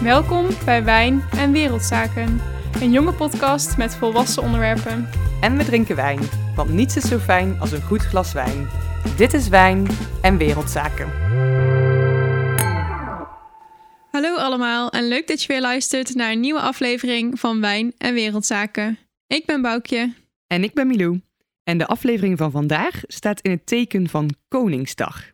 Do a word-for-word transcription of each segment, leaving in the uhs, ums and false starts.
Welkom bij Wijn en Wereldzaken, een jonge podcast met volwassen onderwerpen. En we drinken wijn, want niets is zo fijn als een goed glas wijn. Dit is Wijn en Wereldzaken. Hallo allemaal en leuk dat je weer luistert naar een nieuwe aflevering van Wijn en Wereldzaken. Ik ben Boukje. En ik ben Milou. En de aflevering van vandaag staat in het teken van Koningsdag.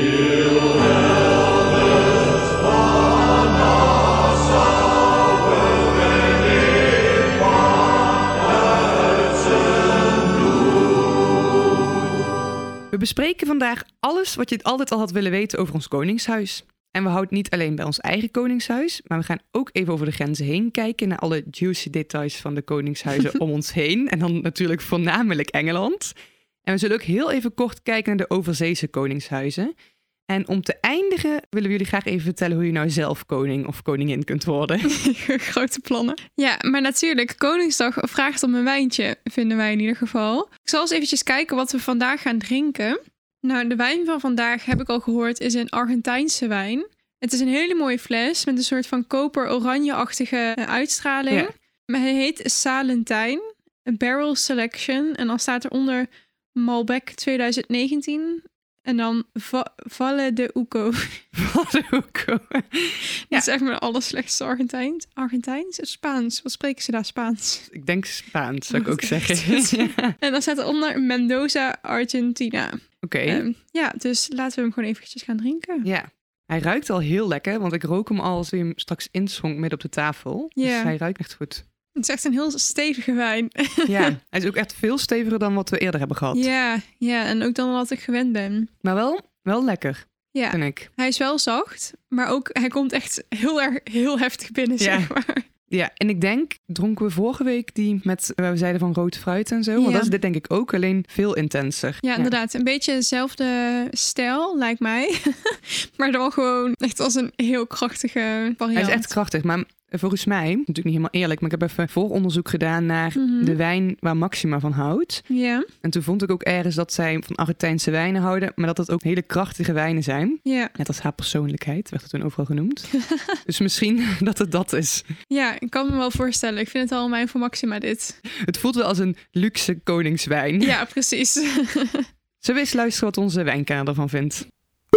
We bespreken vandaag alles wat je altijd al had willen weten over ons koningshuis. En we houden het niet alleen bij ons eigen koningshuis, maar we gaan ook even over de grenzen heen kijken naar alle juicy details van de koningshuizen om ons heen. En dan natuurlijk voornamelijk Engeland. En we zullen ook heel even kort kijken naar de overzeese koningshuizen. En om te eindigen willen we jullie graag even vertellen hoe je nou zelf koning of koningin kunt worden. Grote plannen. Ja, maar natuurlijk, Koningsdag vraagt om een wijntje, vinden wij in ieder geval. Ik zal eens eventjes kijken wat we vandaag gaan drinken. Nou, de wijn van vandaag, heb ik al gehoord, is een Argentijnse wijn. Het is een hele mooie fles met een soort van koper-oranje-achtige uitstraling. Ja. Maar hij heet Salentijn, een barrel selection. En dan staat eronder Malbec twintig negentien. En dan Va- Valle de Uco. Valle de Uco. Ja. Dat is Ja. echt mijn allerslechtste Argentijns. Argentijns? Spaans? Wat spreken ze daar Spaans? Ik denk Spaans, zou ik Oh, ook echt? zeggen. Ja. En dan staat eronder Mendoza, Argentina. Oké. Ehm, ja, dus laten we hem gewoon eventjes gaan drinken. Ja. Hij ruikt al heel lekker, want ik rook hem al als we hem straks inschonk midden op de tafel. Ja. Dus hij ruikt echt goed. Het is echt een heel stevige wijn. Ja, hij is ook echt veel steviger dan wat we eerder hebben gehad. Ja, ja, en ook dan wat ik gewend ben. Maar wel, wel lekker, Ja, vind ik. hij is wel zacht, maar ook hij komt echt heel erg heel heftig binnen, Ja. zeg maar. Ja, en ik denk, dronken we vorige week die met, waar we zeiden van rood fruit en zo. Want Ja. dat is dit denk ik ook, alleen veel intenser. Ja, inderdaad. Een beetje dezelfde stijl, lijkt mij. Maar dan gewoon echt als een heel krachtige variant. Hij is echt krachtig, maar volgens mij, natuurlijk niet helemaal eerlijk, maar ik heb even vooronderzoek gedaan naar Mhm. de wijn waar Maxima van houdt. Ja, En toen vond ik ook ergens dat zij van Argentijnse wijnen houden, maar dat het ook hele krachtige wijnen zijn. ja. Net als haar persoonlijkheid, werd het toen overal genoemd. Dus misschien dat het dat is. Ja, ik kan me wel voorstellen. Ik vind het al mijn voor Maxima dit. Het voelt wel als een luxe koningswijn. Ja, precies. Zullen we eens luisteren wat onze wijnkenner ervan vindt?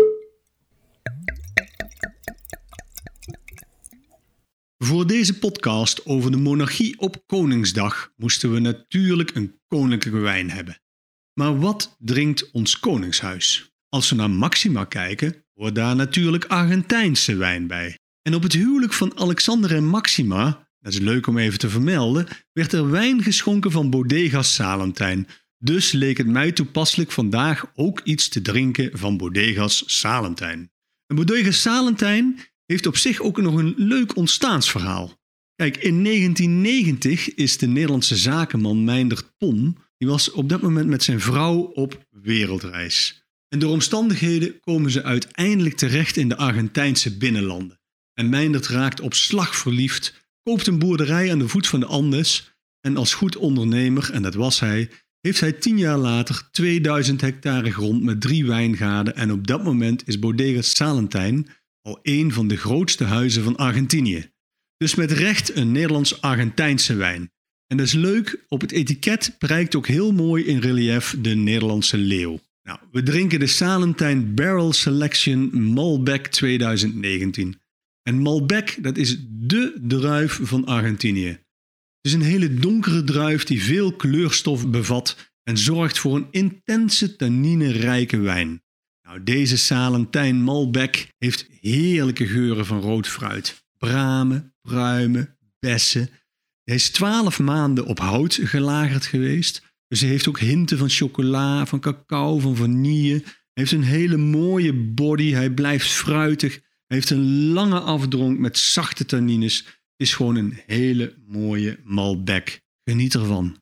Voor deze podcast over de monarchie op Koningsdag moesten we natuurlijk een koninklijke wijn hebben. Maar wat drinkt ons koningshuis? Als we naar Maxima kijken, hoort daar natuurlijk Argentijnse wijn bij. En op het huwelijk van Alexander en Maxima, dat is leuk om even te vermelden, werd er wijn geschonken van Bodegas Salentijn. Dus leek het mij toepasselijk vandaag ook iets te drinken van Bodegas Salentijn. En Bodegas Salentijn heeft op zich ook nog een leuk ontstaansverhaal. Kijk, in negentien negentig is de Nederlandse zakenman Meindert Pom, die was op dat moment met zijn vrouw op wereldreis. En door omstandigheden komen ze uiteindelijk terecht in de Argentijnse binnenlanden. En Meindert raakt op slag verliefd, koopt een boerderij aan de voet van de Andes en als goed ondernemer, en dat was hij, heeft hij tien jaar later tweeduizend hectare grond met drie wijngaarden en op dat moment is Bodegas Salentijn al een van de grootste huizen van Argentinië. Dus met recht een Nederlands-Argentijnse wijn. En dat is leuk, op het etiket prijkt ook heel mooi in relief de Nederlandse leeuw. Nou, we drinken de Salentijn Barrel Selection Malbec twintig negentien. En Malbec, dat is dé druif van Argentinië. Het is een hele donkere druif die veel kleurstof bevat en zorgt voor een intense tannine-rijke wijn. Nou, deze Salentijn Malbec heeft heerlijke geuren van rood fruit. Bramen, pruimen, bessen. Hij is twaalf maanden op hout gelagerd geweest. Dus hij heeft ook hinten van chocola, van cacao, van vanille. Hij heeft een hele mooie body. Hij blijft fruitig. Hij heeft een lange afdronk met zachte tannines. Het is gewoon een hele mooie Malbec. Geniet ervan.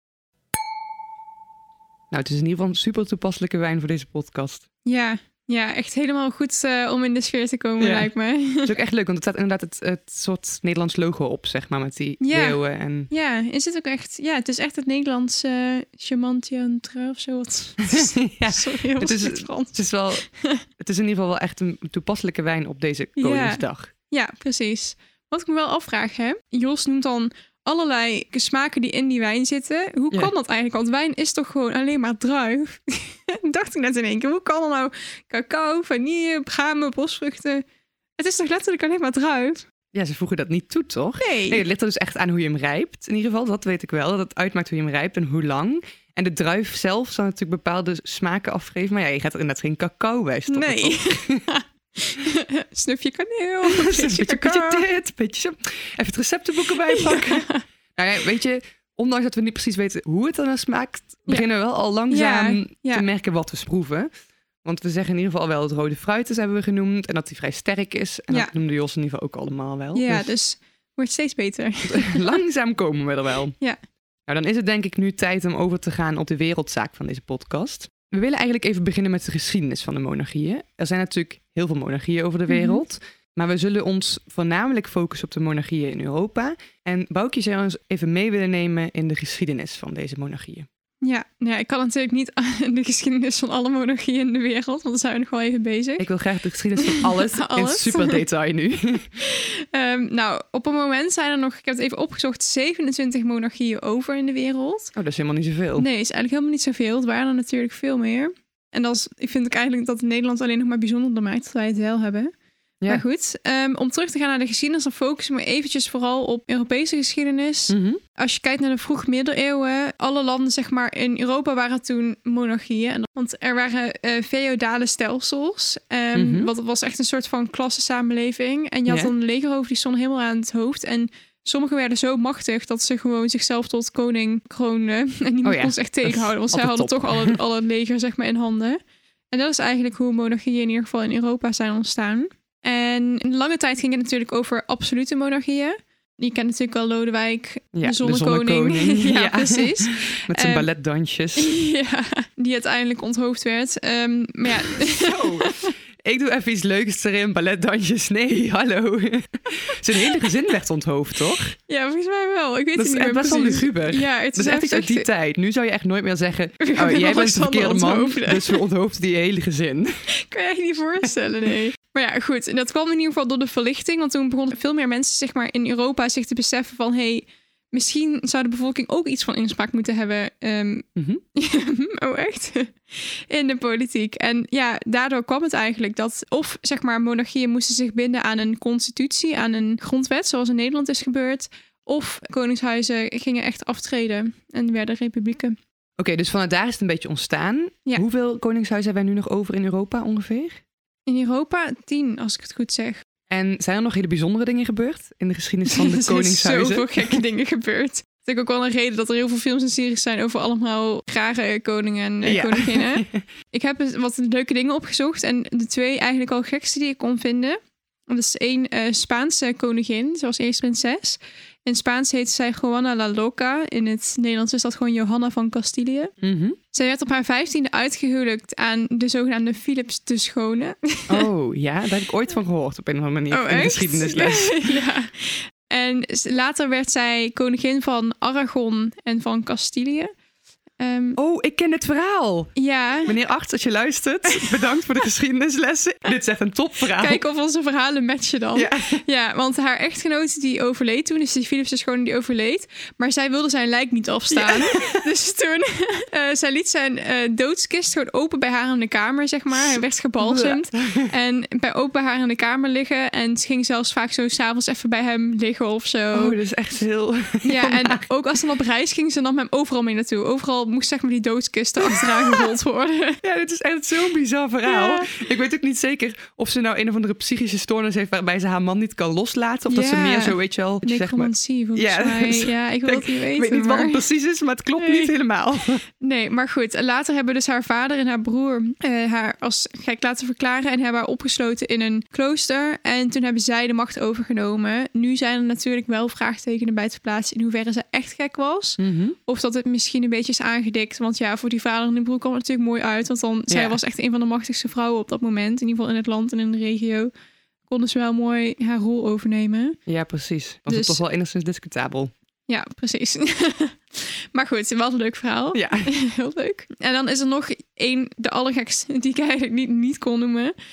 Nou, het is in ieder geval een super toepasselijke wijn voor deze podcast. Ja, ja, echt helemaal goed uh, om in de sfeer te komen, Ja. lijkt me. Het is ook echt leuk, want er staat inderdaad het, het soort Nederlands logo op, zeg maar, met die Ja. leeuwen. En... Ja, is het ook echt... Ja, het is echt het Nederlands uh, Chamantiantre of zo. Wat. ja, Sorry, heel het is, slecht Frans. het, is wel, het is in ieder geval wel echt een toepasselijke wijn op deze Koningsdag. Ja, precies. Wat ik me wel afvraag, hè. Jos noemt dan allerlei smaken die in die wijn zitten. Hoe Ja. kan dat eigenlijk? Want wijn is toch gewoon alleen maar druif? Dacht ik net in één keer. Hoe kan er nou cacao, vanille, bramen, bosvruchten? Het is toch letterlijk alleen maar druif? Ja, ze voegen dat niet toe, toch? Nee. Nee, het ligt er dus echt aan hoe je hem rijpt. In ieder geval, dat weet ik wel. Dat het uitmaakt hoe je hem rijpt en hoe lang. En de druif zelf zal natuurlijk bepaalde smaken afgeven. Maar ja, je gaat er inderdaad geen cacao bij stoppen, Nee. toch? Snufje kaneel. Dus een beetje beetje, cacao. beetje dit, beetje zo. Even het receptenboek erbij pakken. Nou ja, weet je, ondanks dat we niet precies weten hoe het er naar smaakt, beginnen we wel al langzaam Ja, ja. te merken wat we proeven. Want we zeggen in ieder geval wel dat rode fruit is, hebben we genoemd. En dat die vrij sterk is. En Ja. dat noemde Jos in ieder geval ook allemaal wel. Ja, Dus dus wordt steeds beter. langzaam komen we er wel. Ja. Nou, dan is het denk ik nu tijd om over te gaan op de wereldzaak van deze podcast. We willen eigenlijk even beginnen met de geschiedenis van de monarchieën. Er zijn natuurlijk heel veel monarchieën over de wereld. Maar we zullen ons voornamelijk focussen op de monarchieën in Europa. En Boukje zou ons even mee willen nemen in de geschiedenis van deze monarchieën. Ja, nou ja, ik kan natuurlijk niet de geschiedenis van alle monarchieën in de wereld, want dan zijn we nog wel even bezig. Ik wil graag de geschiedenis van alles, in Alles. super detail nu. Ehm, nou, op het moment zijn er nog, ik heb het even opgezocht, zevenentwintig monarchieën over in de wereld. Oh, dat is helemaal niet zoveel. Nee, is eigenlijk helemaal niet zoveel. Het waren er natuurlijk veel meer. En dat is, ik vind ik eigenlijk dat Nederland alleen nog maar bijzonderder maakt dat wij het wel hebben. Ja. Maar goed, ehm, om terug te gaan naar de geschiedenis, dan focussen we eventjes vooral op Europese geschiedenis. Mhm. Als je kijkt naar de vroeg middeleeuwen, alle landen zeg maar in Europa waren toen monarchieën. En- Want er waren eh feodale stelsels. Ehm, Mhm. Wat was echt een soort van klassensamenleving. En je had Ja. dan een legerhoofd die stond helemaal aan het hoofd. En sommigen werden zo machtig dat ze gewoon zichzelf tot koning kroonden. En niemand Oh ja, kon ze echt dat is tegenhouden. Want zij hadden altijd toch top. al het, al het leger zeg maar in handen. En dat is eigenlijk hoe monarchieën in ieder geval in Europa zijn ontstaan. En in lange tijd ging het natuurlijk over absolute monarchieën. Je kent natuurlijk wel Lodewijk, Ja, de zonnekoning. zonnekoning. ja, Ja. precies. Met zijn Ehm, balletdansjes. Ja, die uiteindelijk onthoofd werd. Ehm, maar ja, Zo. Ik doe even iets leuks erin, balletdansjes. Nee, hallo. Zijn hele gezin werd onthoofd, toch? ja, volgens mij wel. Ik weet Dat het is niet echt meer best wel precies. luguber. Ja, het Dat is echt iets uit die echt- tijd. Nu zou je echt nooit meer zeggen... We Oh, gaan jij bent de Alexander verkeerde man, onthoofden. dus we onthoofden die hele gezin. Kan je je niet voorstellen, nee. Maar ja, goed. En dat kwam in ieder geval door de verlichting. Want toen begonnen veel meer mensen zeg maar, in Europa zich te beseffen van... hey, misschien zou de bevolking ook iets van inspraak moeten hebben. ehm, Mhm. oh, echt? In de politiek. En ja, daardoor kwam het eigenlijk dat... of zeg maar monarchieën moesten zich binden aan een constitutie, aan een grondwet... zoals in Nederland is gebeurd. Of koningshuizen gingen echt aftreden en werden republieken. Oké, dus vanuit daar is het een beetje ontstaan. Ja. Hoeveel koningshuizen hebben wij nu nog over in Europa ongeveer? In Europa tien, als ik het goed zeg. En zijn er nog hele bijzondere dingen gebeurd in de geschiedenis van de Er zijn koningshuizen? zoveel gekke dingen gebeurd. Het is natuurlijk ook wel een reden dat er heel veel films en series zijn over allemaal rare koningen en eh, Ja. koninginnen. Ik heb eens wat leuke dingen opgezocht en de twee eigenlijk al gekste die ik kon vinden. Dat is één eh, Spaanse koningin, zoals eerst prinses. In Spaans heet zij Juana la Loca. In het Nederlands is dat gewoon Johanna van Castilië. Mhm. Zij werd op haar vijftiende uitgehuwelijkt aan de zogenaamde Philips de Schone. Oh ja, daar heb ik ooit van gehoord op een of andere manier Oh, in de echt? geschiedenisles. Ja. En s- later werd zij koningin van Aragon en van Castilië. Ehm, Oh, ik ken het verhaal. ja, Meneer Acht, als je luistert, bedankt voor de geschiedenislessen. Dit is echt een topverhaal. kijk of onze verhalen matchen dan. Ja. Ja, want haar echtgenoot die overleed toen, dus die Philips de Schone die overleed. Maar zij wilde zijn lijk niet afstaan. Dus toen, eh zij liet zijn eh, doodskist gewoon open bij haar in de kamer, zeg maar. Hij werd gebalsemd. En bij open bij haar in de kamer liggen. En ze ging zelfs vaak zo s'avonds even bij hem liggen of zo. Oh, dat is echt heel... Ja, heel en naar. ook als ze op reis ging, ze nam hem overal mee naartoe. Overal moest zeg maar die doodskisten achteraan gerold worden. Ja, dit is echt zo'n bizar verhaal. Ja. Ik weet ook niet zeker of ze nou een of andere psychische stoornis heeft waarbij ze haar man niet kan loslaten. Of dat ze Ja. meer zo, weet je wel, zeg maar... Necromancie, volgens Ja, mij. dus- Ja, ik wil ik- het niet weten. Ik weet niet wat maar... het precies is, maar het klopt Nee. niet helemaal. Nee, maar goed. Later hebben dus haar vader en haar broer eh, haar als gek laten verklaren en hebben haar opgesloten in een klooster. En toen hebben zij de macht overgenomen. Nu zijn er natuurlijk wel vraagtekenen bij te plaatsen in hoeverre ze echt gek was. Mhm. Of dat het misschien een beetje is aangedikt. Want ja, voor die vader en die broer kwam het natuurlijk mooi uit. Want dan, zij Ja. was echt een van de machtigste vrouwen op dat moment. In ieder geval in het land en in de regio. Konden ze wel mooi haar rol overnemen. Ja, precies. Was Dus- het toch wel enigszins discutabel. Ja, precies. Maar goed, wel een leuk verhaal. Ja. Heel leuk. En dan is er nog één, de allergekste, die ik eigenlijk niet, niet kon noemen.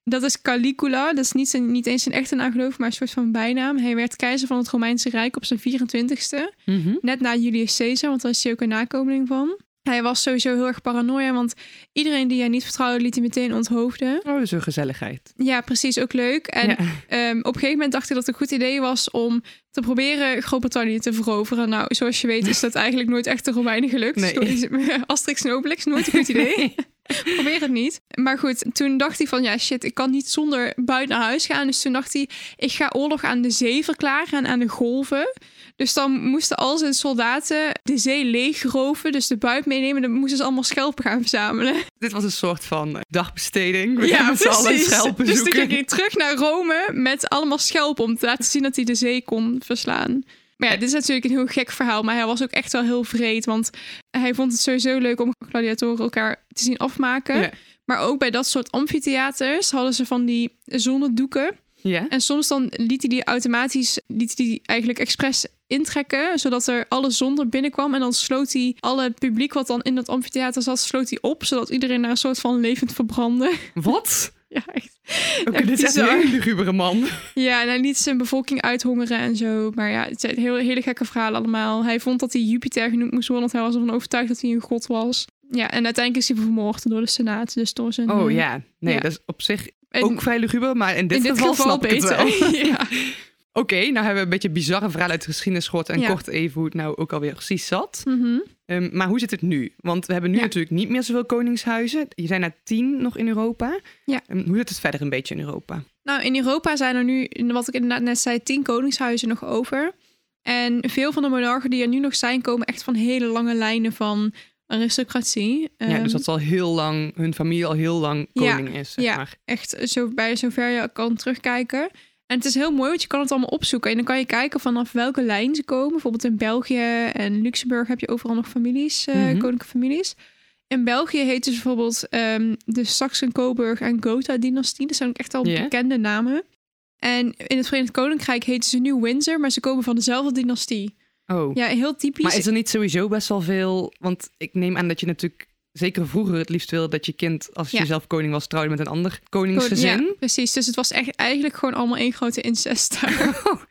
Dat is Caligula. Dat is niet, zijn, niet eens zijn echte naam geloof ik, maar een soort van bijnaam. Hij werd keizer van het Romeinse Rijk op zijn vierentwintigste. Mm-hmm. Net na Julius Caesar, want daar is hij ook een nakomeling van. Hij was sowieso heel erg paranoia, want iedereen die hij niet vertrouwde, liet hij meteen onthoofden. Oh, dus een gezelligheid. Ja, precies. Ook leuk. En ja. um, op een gegeven moment dacht hij dat het een goed idee was om te proberen Groot-Brittannië te veroveren. Nou, zoals je weet is dat eigenlijk nooit echt de Romeinen gelukt. Nee. Asterix en Obelix, nooit een goed idee. Nee. Probeer het niet. Maar goed, toen dacht hij van, ja shit, ik kan niet zonder buiten naar huis gaan. Dus toen dacht hij, ik ga oorlog aan de zee verklaren en aan de golven. Dus dan moesten al zijn soldaten de zee leegroven, dus de buit meenemen. Dan moesten ze allemaal schelpen gaan verzamelen. Dit was een soort van dagbesteding. We ja, met alle schelpen dus zoeken. toen ging hij terug naar Rome met allemaal schelpen om te laten zien dat hij de zee kon verslaan. Maar ja, dit is natuurlijk een heel gek verhaal, maar hij was ook echt wel heel wreed. Want hij vond het sowieso leuk om gladiatoren elkaar te zien afmaken. Ja. Maar ook bij dat soort amfitheaters hadden ze van die zonnedoeken. Ja. En soms dan liet hij die automatisch, liet hij die eigenlijk expres intrekken, zodat er alle zon er binnenkwam. En dan sloot hij alle publiek wat dan in dat amfitheater zat, sloot hij op, zodat iedereen daar een soort van levend verbrandde. Wat? Ja, echt. Oké, okay, dit is echt een hele lugubere man. Ja, en hij liet zijn bevolking uithongeren en zo. Maar ja, het zijn hele, hele gekke verhalen allemaal. Hij vond dat hij Jupiter genoemd moest worden, want hij was ervan overtuigd dat hij een god was. Ja, en uiteindelijk is hij vermoord door de Senaat. Dus door zijn... Oh ja, nee, ja. Dat is op zich ook en, vrij luguber, maar in dit, in dit geval, geval snap beter. Ik het wel. Ja. Oké, okay, nou hebben we een beetje bizarre verhalen uit de geschiedenis gehoord en ja. kort even hoe het nou ook alweer precies zat. Mm-hmm. Um, maar hoe zit het nu? Want we hebben nu ja. natuurlijk niet meer zoveel koningshuizen. Je zijn er tien nog in Europa. Ja. Um, hoe zit het verder een beetje in Europa? Nou, in Europa zijn er nu, wat ik inderdaad net zei, tien koningshuizen nog over. En veel van de monarchen die er nu nog zijn, komen echt van hele lange lijnen van aristocratie. Ja, um, dus dat zal heel lang, hun familie al heel lang koning ja, is, zeg ja, maar. Echt zo, bij zover je kan terugkijken. En het is heel mooi, want je kan het allemaal opzoeken. En dan kan je kijken vanaf welke lijn ze komen. Bijvoorbeeld in België en Luxemburg heb je overal nog families, uh, mm-hmm. koninklijke families. In België heet dus bijvoorbeeld um, de Saxen-Coburg en Gotha-dynastie. Dat zijn ook echt al yeah. bekende namen. En in het Verenigd Koninkrijk heten ze nu Windsor, maar ze komen van dezelfde dynastie. Oh. Ja, heel typisch. Maar is er niet sowieso best wel veel... Want ik neem aan dat je natuurlijk... Zeker vroeger het liefst wilde dat je kind, als je ja. zelf koning was, trouwde met een ander koningsgezin. Ja, precies. Dus het was echt eigenlijk gewoon allemaal één grote incest. Oh.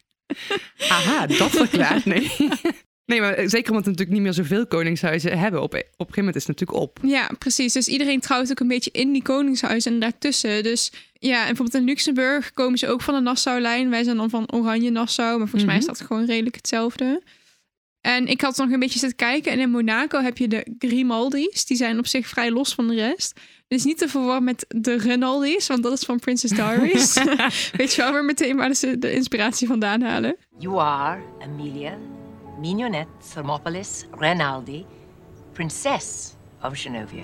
Aha, dat verklaart. Nee. Nee, maar zeker omdat we natuurlijk niet meer zoveel koningshuizen hebben. Op, op een gegeven moment is het natuurlijk op. Ja, precies. Dus iedereen trouwt ook een beetje in die koningshuizen en daartussen. Dus ja, en bijvoorbeeld in Luxemburg komen ze ook van de Nassau-lijn. Wij zijn dan van Oranje-Nassau, maar volgens mm-hmm. mij is dat gewoon redelijk hetzelfde. En ik had nog een beetje zitten kijken. En in Monaco heb je de Grimaldi's. Die zijn op zich vrij los van de rest. Dus niet te verwarren met de Rinaldi's, want dat is van Princess Diaries. Weet je wel weer meteen waar ze de inspiratie vandaan halen. You are Amelia Mignonette Thermopolis Rinaldi, Princess of Genovia.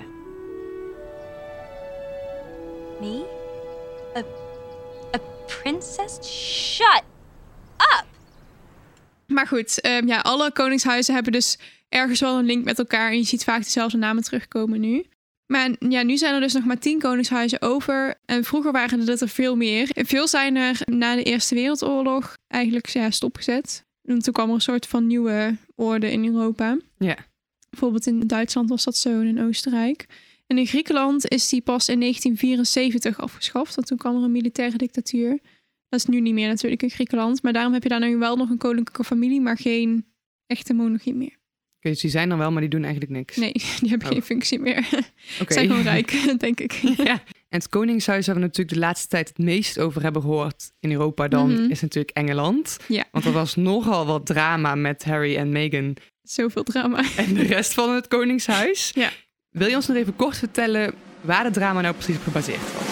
Me? A, a princess? Shut up! Maar goed, um, ja, alle koningshuizen hebben dus ergens wel een link met elkaar. En je ziet vaak dezelfde namen terugkomen nu. Maar ja, nu zijn er dus nog maar tien koningshuizen over. En vroeger waren er er veel meer. En veel zijn er na de Eerste Wereldoorlog eigenlijk ja, stopgezet. En toen kwam er een soort van nieuwe orde in Europa. Ja. Bijvoorbeeld in Duitsland was dat zo en in Oostenrijk. En in Griekenland is die pas in negentien vierenzeventig afgeschaft. Want toen kwam er een militaire dictatuur. Dat is nu niet meer natuurlijk in Griekenland. Maar daarom heb je daar nu wel nog een koninklijke familie, maar geen echte monarchie meer. Oké, okay, dus die zijn dan wel, maar die doen eigenlijk niks. Nee, die hebben oh. geen functie meer. Ze okay. zijn gewoon rijk, denk ik. Ja. En het koningshuis waar we natuurlijk de laatste tijd het meest over hebben gehoord in Europa dan, mm-hmm. is natuurlijk Engeland. Ja. Want er was nogal wat drama met Harry en Meghan. Zoveel drama. En de rest van het koningshuis. Ja. Wil je ons nog even kort vertellen waar het drama nou precies op gebaseerd was?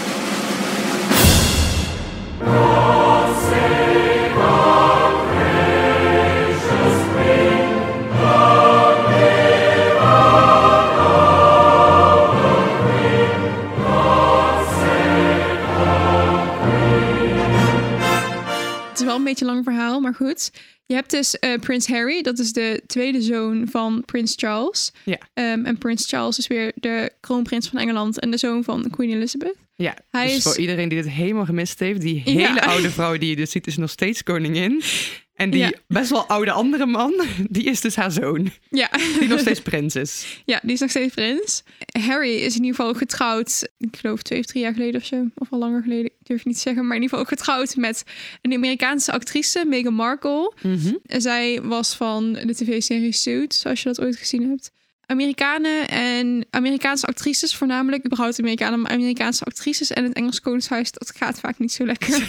Het is wel een beetje een lang verhaal, maar goed. Je hebt dus uh, Prins Harry, dat is de tweede zoon van Prins Charles. Ja. Um, en Prins Charles is weer de kroonprins van Engeland en de zoon van Queen Elizabeth. Ja, Hij dus is... voor iedereen die dit helemaal gemist heeft, die hele ja. oude vrouw die je dus ziet is nog steeds koningin. En die Ja. best wel oude andere man, die is dus haar zoon. Ja. Die nog steeds prins is. Ja, die is nog steeds prins. Harry is in ieder geval getrouwd, ik geloof twee of drie jaar geleden of zo. Of al langer geleden, ik durf niet te zeggen. Maar in ieder geval ook getrouwd met een Amerikaanse actrice, Meghan Markle. Mm-hmm. Zij was van de tv-serie Suits, als je dat ooit gezien hebt. Amerikanen en Amerikaanse actrices voornamelijk. Überhaupt Amerikanen, maar Amerikaanse actrices en het Engels Koningshuis, dat gaat vaak niet zo lekker.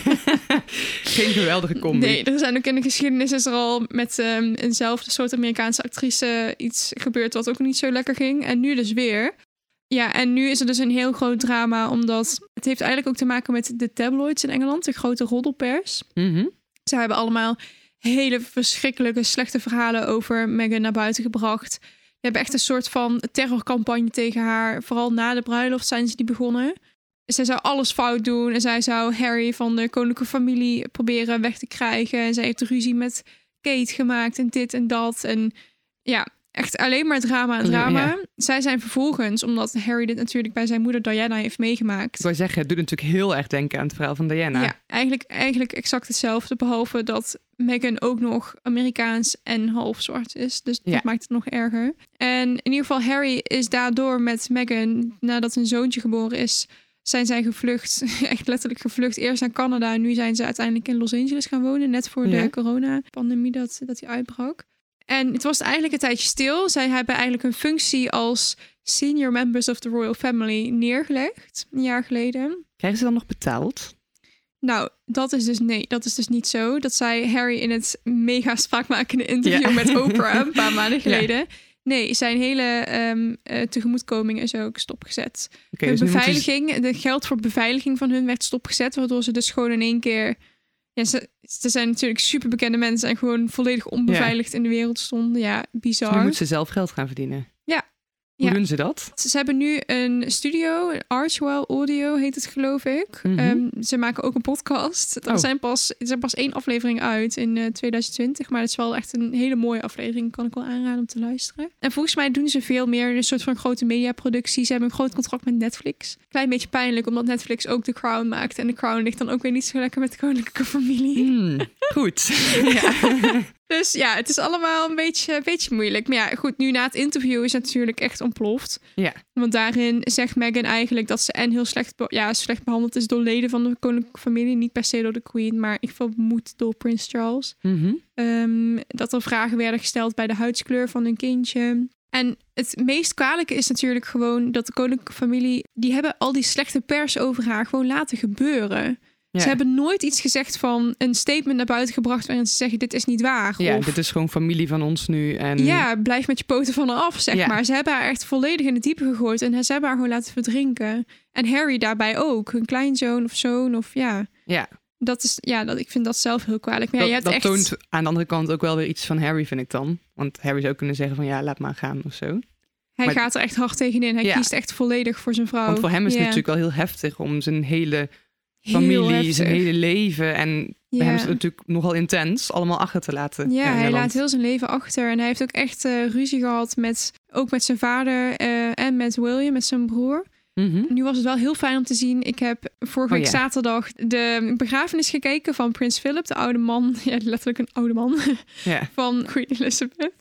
Geen geweldige combi. Nee, er zijn ook in de geschiedenis is er al met um, eenzelfde soort Amerikaanse actrice iets gebeurd wat ook niet zo lekker ging. En nu dus weer. Ja, en nu is er dus een heel groot drama, omdat het heeft eigenlijk ook te maken met de tabloids in Engeland, de grote roddelpers. Mm-hmm. Ze hebben allemaal hele verschrikkelijke, slechte verhalen over Meghan naar buiten gebracht. Ze hebben echt een soort van terrorcampagne tegen haar. Vooral na de bruiloft zijn ze die begonnen. Zij zou alles fout doen. En zij zou Harry van de koninklijke familie proberen weg te krijgen. En zij heeft ruzie met Kate gemaakt en dit en dat. En ja, echt alleen maar drama en drama. Ja. Zij zijn vervolgens, omdat Harry dit natuurlijk bij zijn moeder Diana heeft meegemaakt. Ik wou zeggen, het doet natuurlijk heel erg denken aan het verhaal van Diana. Ja, eigenlijk, eigenlijk exact hetzelfde. Behalve dat Meghan ook nog Amerikaans en half zwart is. Dus dat Ja. maakt het nog erger. En in ieder geval Harry is daardoor met Meghan, nadat een zoontje geboren is, zijn zij gevlucht. Echt letterlijk gevlucht. Eerst naar Canada en nu zijn ze uiteindelijk in Los Angeles gaan wonen. Net voor Ja. de coronapandemie dat, dat die uitbrak. En het was eigenlijk een tijdje stil. Zij hebben eigenlijk een functie als senior members of the royal family neergelegd. Een jaar geleden. Krijgen ze dan nog betaald? Nou, dat is dus nee, dat is dus niet zo. Dat zei Harry in het mega spraakmakende interview Ja. met Oprah een paar maanden geleden. Ja. Nee, zijn hele um, uh, tegemoetkoming is ook stopgezet. Okay, hun dus nu moeten beveiliging, de geld voor beveiliging van hun werd stopgezet, waardoor ze dus gewoon in één keer. Ja, ze, ze zijn natuurlijk super bekende mensen en gewoon volledig onbeveiligd in de wereld stonden. Ja, Dus bizar. nu moeten ze zelf geld gaan verdienen. Ja. Hoe Ja. doen ze dat? Ze hebben nu een studio, Archwell Audio heet het geloof ik. Mhm. Um, ze maken ook een podcast. Er Oh. zijn pas, er zijn pas één aflevering uit in uh, twintig twintig. Maar het is wel echt een hele mooie aflevering. Kan ik wel aanraden om te luisteren. En volgens mij doen ze veel meer een soort van grote mediaproductie. Ze hebben een groot contract met Netflix. Klein beetje pijnlijk, omdat Netflix ook The Crown maakt. En The Crown ligt dan ook weer niet zo lekker met de koninklijke familie. Hmm, goed. ja. Dus ja, het is allemaal een beetje, een beetje moeilijk. Maar ja, goed, nu na het interview is het natuurlijk echt ontploft. Ja. Want daarin zegt Meghan eigenlijk dat ze en heel slecht, be- ja, slecht behandeld is door leden van de koninklijke familie. Niet per se door de queen, maar ik vermoed door Prins Charles. Mhm. Um, dat er vragen werden gesteld bij de huidskleur van hun kindje. En het meest kwalijke is natuurlijk gewoon dat de koninklijke familie, die hebben al die slechte pers over haar gewoon laten gebeuren. Ja. Ze hebben nooit iets gezegd van een statement naar buiten gebracht waarin ze zeggen dit is niet waar. Ja, of, dit is gewoon familie van ons nu. En... ja, blijf met je poten van haar af, zeg Ja. maar. Ze hebben haar echt volledig in het diepe gegooid en ze hebben haar gewoon laten verdrinken. En Harry daarbij ook, hun kleinzoon of zoon of ja. Ja. Dat is, ja, dat, ik vind dat zelf heel kwalijk. Maar ja, dat je hebt dat echt... toont aan de andere kant ook wel weer iets van Harry, vind ik dan. Want Harry zou kunnen zeggen van ja, laat maar gaan of zo. Hij maar- gaat er echt hard tegenin. Hij Ja. kiest echt volledig voor zijn vrouw. Want voor hem is het Ja. natuurlijk wel heel heftig om zijn hele Heel familie, heftig. zijn hele leven. En bij Ja. hem is het natuurlijk nogal intens, allemaal achter te laten. Ja, in hij Engeland. laat heel zijn leven achter. En hij heeft ook echt uh, ruzie gehad met, ook met zijn vader uh, en met William, met zijn broer. Mhm. Nu was het wel heel fijn om te zien. Ik heb vorige Oh, week ja. zaterdag de begrafenis gekeken van Prins Philip, de oude man. Ja, letterlijk een oude man. Ja. Van Queen Elizabeth.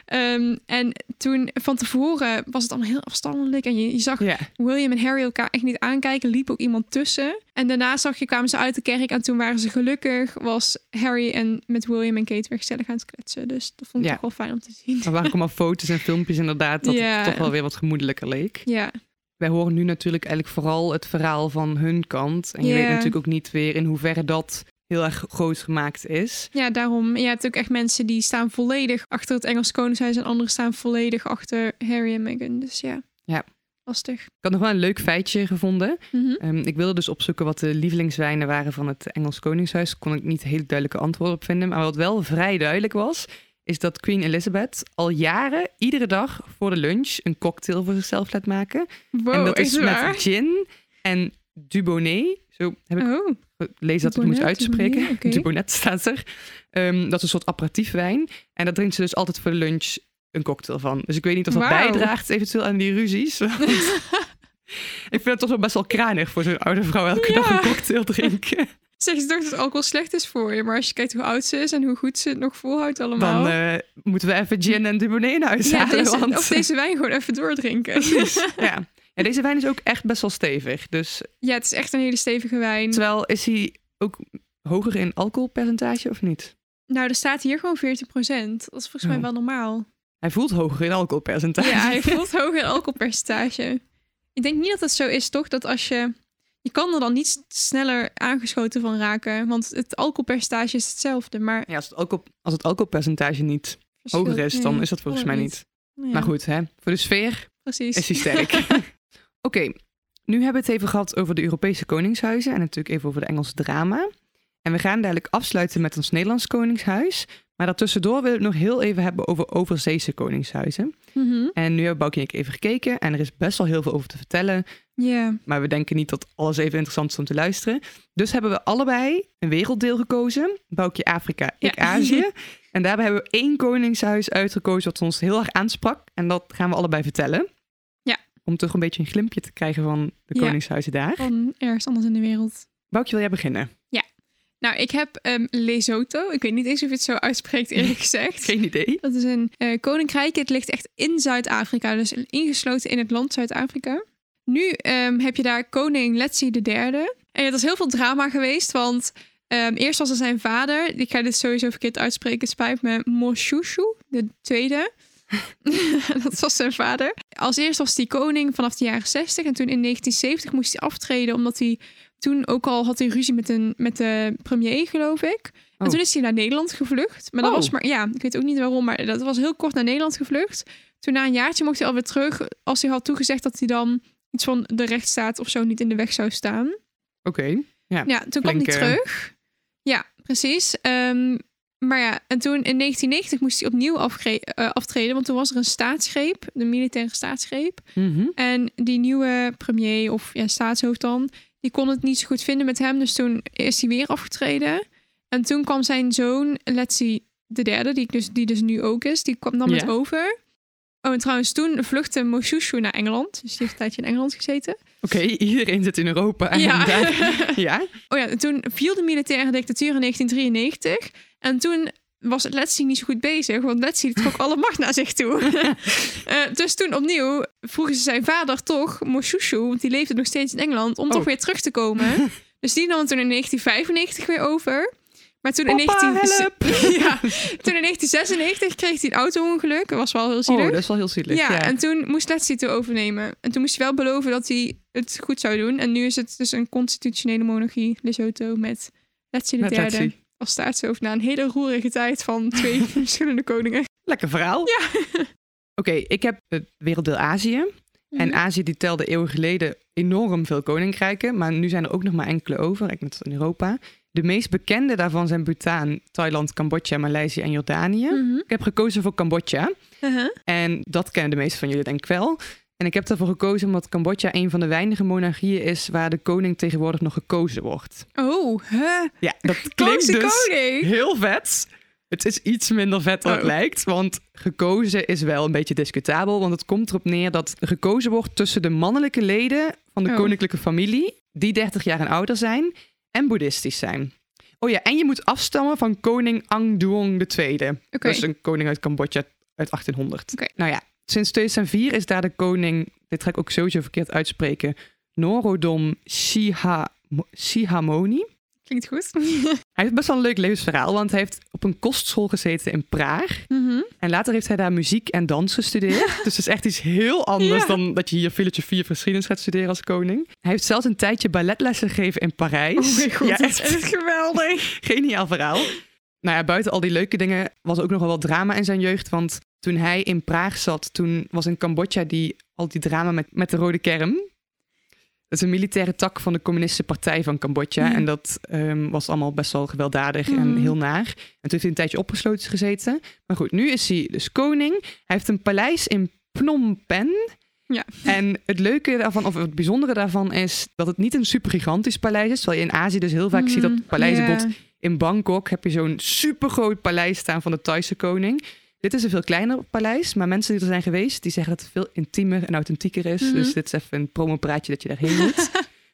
Um, en toen van tevoren was het allemaal heel afstandelijk. En je, je zag Ja. William en Harry elkaar echt niet aankijken. Liep ook iemand tussen. En daarna zag je, kwamen ze uit de kerk. En toen waren ze gelukkig. Was Harry en met William en Kate weer gezellig aan het kletsen. Dus dat vond ik Ja. toch wel fijn om te zien. Er waren allemaal foto's en filmpjes inderdaad, dat Ja. het toch wel weer wat gemoedelijker leek. Ja, Wij horen nu natuurlijk eigenlijk vooral het verhaal van hun kant. En je Ja. weet natuurlijk ook niet weer in hoeverre dat heel erg groot gemaakt is. ja, daarom. Je hebt ook echt mensen die staan volledig achter het Engelse Koningshuis. En anderen staan volledig achter Harry en Meghan. Dus ja, Ja. lastig. Ik had nog wel een leuk feitje gevonden. Mhm. Um, ik wilde dus opzoeken wat de lievelingswijnen waren van het Engels Koningshuis. Kon ik niet hele duidelijke antwoorden op vinden. Maar wat wel vrij duidelijk was, is dat Queen Elizabeth al jaren iedere dag voor de lunch een cocktail voor zichzelf laat maken. Wow, en dat echt is waar? met gin en Dubonnet. Zo heb ik Oh, gelezen dat ik het moet Dubonnet, uitspreken. Dubonnet, oké. Dubonnet staat er. Um, dat is een soort aperitief wijn. En daar drinkt ze dus altijd voor de lunch een cocktail van. Dus ik weet niet of dat Wauw. bijdraagt eventueel aan die ruzies. Want ik vind het toch wel best wel kranig voor zo'n oude vrouw elke Ja. dag een cocktail drinken. Zeggen ze toch dat alcohol slecht is voor je. Maar als je kijkt hoe oud ze is en hoe goed ze het nog volhoudt allemaal. Dan uh, moeten we even gin en dubonnet naar huis ja, halen. deze, want... Of deze wijn gewoon even doordrinken. ja. ja, deze wijn is ook echt best wel stevig. Dus... Ja, het is echt een hele stevige wijn. Terwijl, is hij ook hoger in alcoholpercentage of niet? Nou, er staat hier gewoon veertien procent. Dat is volgens oh. mij wel normaal. Hij voelt hoger in alcoholpercentage. Ja, hij voelt hoger in alcoholpercentage. Ik denk niet dat het zo is, toch? Dat als je... Je kan er dan niet sneller aangeschoten van raken. Want het alcoholpercentage is hetzelfde. Maar ja, als het, alcohol, als het alcoholpercentage niet verschil, hoger is, dan nee, is dat volgens mij niet. niet. Ja. Maar goed, hè? Voor de sfeer Precies. is hij sterk. Oké, okay, nu hebben we het even gehad over de Europese koningshuizen. En natuurlijk even over de Engelse drama. En we gaan dadelijk afsluiten met ons Nederlands koningshuis. Maar daartussendoor wil ik nog heel even hebben over overzeese koningshuizen. Mm-hmm. En nu hebben Boukje en ik even gekeken. En er is best wel heel veel over te vertellen. Yeah. Maar we denken niet dat alles even interessant is om te luisteren. Dus hebben we allebei een werelddeel gekozen. Boukje Afrika, ik ja. Azië. En daarbij hebben we één koningshuis uitgekozen wat ons heel erg aansprak. En dat gaan we allebei vertellen. Ja. Om toch een beetje een glimpje te krijgen van de ja. koningshuizen daar. Van ergens anders in de wereld. Boukje, wil jij beginnen? Ja. Nou, ik heb um, Lesotho. Ik weet niet eens of je het zo uitspreekt, eerlijk gezegd. Geen idee. Dat is een uh, koninkrijk. Het ligt echt in Zuid-Afrika. Dus ingesloten in het land Zuid-Afrika. Nu um, heb je daar koning Letsie de derde. En er is heel veel drama geweest, want um, eerst was er zijn vader. Ik ga dit sowieso verkeerd uitspreken, spijt me. Moshoeshoe, de tweede. Dat was zijn vader. Als eerst was hij koning vanaf de jaren zestig. En toen in negentien zeventig moest hij aftreden, omdat hij... Toen ook al had hij ruzie met, een, met de premier, geloof ik. En oh. toen is hij naar Nederland gevlucht. Maar dat oh. was maar, ja, ik weet ook niet waarom, maar dat was heel kort naar Nederland gevlucht. Toen na een jaartje mocht hij alweer terug, als hij had toegezegd dat hij dan iets van de rechtsstaat of zo niet in de weg zou staan. Oké. Okay. Ja, ja, toen kwam hij terug. Ja, precies. Um, maar ja, en toen in negentien negentig moest hij opnieuw afgre- uh, aftreden, want toen was er een staatsgreep, de militaire staatsgreep. Mm-hmm. En die nieuwe premier, of ja, staatshoofd dan, die kon het niet zo goed vinden met hem, dus toen is hij weer afgetreden. En toen kwam zijn zoon, Letsie de derde, die dus, die dus nu ook is, die kwam dan met ja. over. Oh, en trouwens, toen vluchtte Moshoeshoe naar Engeland. Dus die heeft een tijdje in Engeland gezeten. Oké, okay, iedereen zit in Europa. En ja. Daar... ja. Oh ja, toen viel de militaire dictatuur in negentien drieënnegentig. En toen was het Letsie niet zo goed bezig, want Letsie trok alle macht naar zich toe. uh, dus toen opnieuw vroegen ze zijn vader toch, Moshoeshoe, want die leefde nog steeds in Engeland, om oh. toch weer terug te komen. Dus die nam het toen in negentien vijfennegentig weer over. Maar toen, Papa, in negentien... ja, toen in negentien zesennegentig kreeg hij een auto-ongeluk. Dat was wel heel zielig. Oh, dat is wel heel zielig. Ja, ja. en toen moest Letsie het overnemen. En toen moest hij wel beloven dat hij het goed zou doen. En nu is het dus een constitutionele monarchie, Lesotho, met Letsie de met derde Letsie. Als staatshoofd na een hele roerige tijd van twee verschillende koningen. Lekker verhaal. Ja. Oké, okay, ik heb het werelddeel Azië. Mm-hmm. En Azië die telde eeuwen geleden enorm veel koninkrijken. Maar nu zijn er ook nog maar enkele over. Ik net in Europa. De meest bekende daarvan zijn Bhutan, Thailand, Cambodja, Maleisië en Jordanië. Mm-hmm. Ik heb gekozen voor Cambodja. Uh-huh. En dat kennen de meeste van jullie denk ik wel. En ik heb daarvoor gekozen omdat Cambodja een van de weinige monarchieën is waar de koning tegenwoordig nog gekozen wordt. Oh, huh? Ja, dat klinkt dus koning. heel vet. Het is iets minder vet dan oh. het lijkt, want gekozen is wel een beetje discutabel. Want het komt erop neer dat gekozen wordt tussen de mannelijke leden van de oh. koninklijke familie, die dertig jaar en ouder zijn, en boeddhistisch zijn. Oh ja, en je moet afstammen van koning Ang Duong de tweede. Okay. Dat is een koning uit Cambodja uit achttienhonderd. Okay. Nou ja, sinds tweeduizend vier is daar de koning, dit ga ik ook sowieso verkeerd uitspreken, Norodom Siha, Sihamoni. Klinkt goed. Hij heeft best wel een leuk levensverhaal, want hij heeft op een kostschool gezeten in Praag. Mm-hmm. En later heeft hij daar muziek en dans gestudeerd. Dus het is echt iets heel anders ja. dan dat je hier filosofie of geschiedenis gaat studeren als koning. Hij heeft zelfs een tijdje balletlessen gegeven in Parijs. Oh mijn god, ja, dat is echt geweldig. Geniaal verhaal. Nou ja, buiten al die leuke dingen was ook nog wel wat drama in zijn jeugd. Want toen hij in Praag zat, toen was in Cambodja die, al die drama met, met de Rode Kerm. Dat is een militaire tak van de communistische partij van Cambodja. Ja. En dat um, was allemaal best wel gewelddadig mm. en heel naar. En toen heeft hij een tijdje opgesloten gezeten. Maar goed, nu is hij dus koning. Hij heeft een paleis in Phnom Penh. Ja. En het leuke daarvan, of het bijzondere daarvan is dat het niet een super gigantisch paleis is. Terwijl je in Azië dus heel vaak mm. ziet dat paleizen yeah. bijvoorbeeld in Bangkok heb je zo'n supergroot paleis staan van de Thaise koning. Dit is een veel kleiner paleis, maar mensen die er zijn geweest, die zeggen dat het veel intiemer en authentieker is. Mm-hmm. Dus dit is even een promopraatje dat je daarheen moet.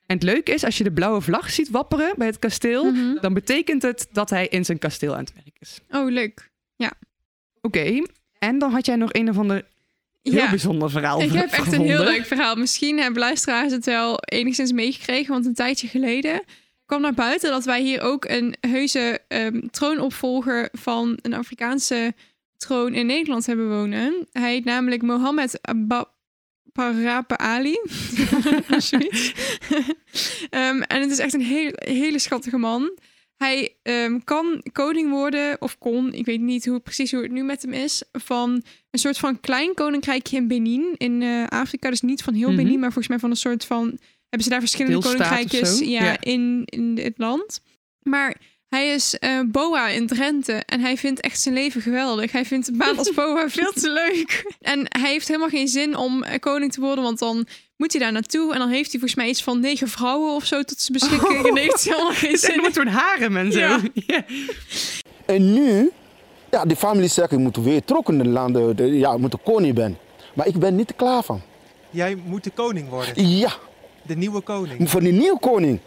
En het leuke is, als je de blauwe vlag ziet wapperen bij het kasteel, Mm-hmm. dan betekent het dat hij in zijn kasteel aan het werk is. Oh, leuk. Oké, okay. En dan had jij nog een of ander heel Ja. bijzonder verhaal Ik heb echt een heel gevonden. leuk verhaal. Misschien hebben luisteraars het wel enigszins meegekregen, want een tijdje geleden kwam naar buiten dat wij hier ook een heuse um, troonopvolger van een Afrikaanse troon in Nederland hebben wonen. Hij heet namelijk Mohammed Abba Parapa Ali. Zoiets. um, en het is echt een hele, hele schattige man. Hij um, kan koning worden, of kon, ik weet niet hoe, precies hoe het nu met hem is, van een soort van klein koninkrijkje in Benin in uh, Afrika. Dus niet van heel Mm-hmm. Benin, maar volgens mij van een soort van, hebben ze daar verschillende Deelstaat koninkrijkjes of zo? ja, Ja. In, in het land. Maar hij is uh, boa in Drenthe en hij vindt echt zijn leven geweldig. Hij vindt de baan als boa veel te leuk. En hij heeft helemaal geen zin om uh, koning te worden, want dan moet hij daar naartoe. En dan heeft hij volgens mij iets van negen vrouwen of zo tot zijn beschikking. Oh. En heeft hij helemaal geen Het zin is echt een harem en zo. Ja. Ja. En nu, ja, de familie zegt, ik moet weer terug in de landen, de, ja, ik moet de koning ben. Maar ik ben niet er klaar van. Jij moet de koning worden. Ja, De nieuwe koning. voor de nieuwe koning.